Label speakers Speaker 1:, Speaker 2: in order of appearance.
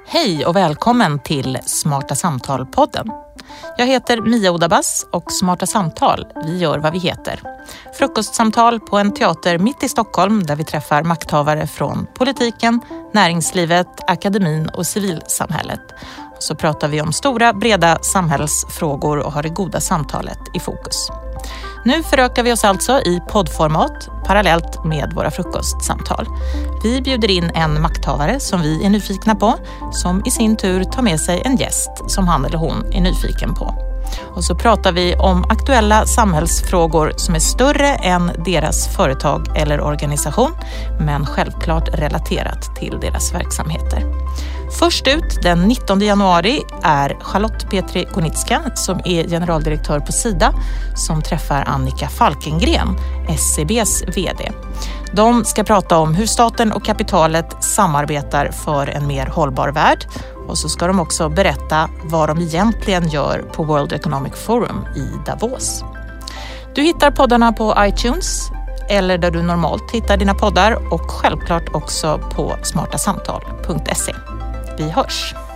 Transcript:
Speaker 1: Hej och välkommen till Smarta Samtal-podden. Jag heter Mia Odabas och Smarta Samtal, vi gör vad vi heter. Frukostsamtal på en teater mitt i Stockholm där vi träffar makthavare från politiken, näringslivet, akademin och civilsamhället. Så pratar vi om stora, breda samhällsfrågor och har det goda samtalet i fokus. Nu förökar vi oss alltså i poddformat parallellt med våra frukostsamtal. Vi bjuder in en makthavare som vi är nyfikna på, som i sin tur tar med sig en gäst som han eller hon är nyfiken på. Och så pratar vi om aktuella samhällsfrågor som är större än deras företag eller organisation, men självklart relaterat till deras verksamheter. Först ut den 19 januari är Charlotte Petri Konitska som är generaldirektör på Sida som träffar Annika Falkengren, SCBs vd. De ska prata om hur staten och kapitalet samarbetar för en mer hållbar värld. Och så ska de också berätta vad de egentligen gör på World Economic Forum i Davos. Du hittar poddarna på iTunes eller där du normalt hittar dina poddar och självklart också på smartasamtal.se. Vi hörs!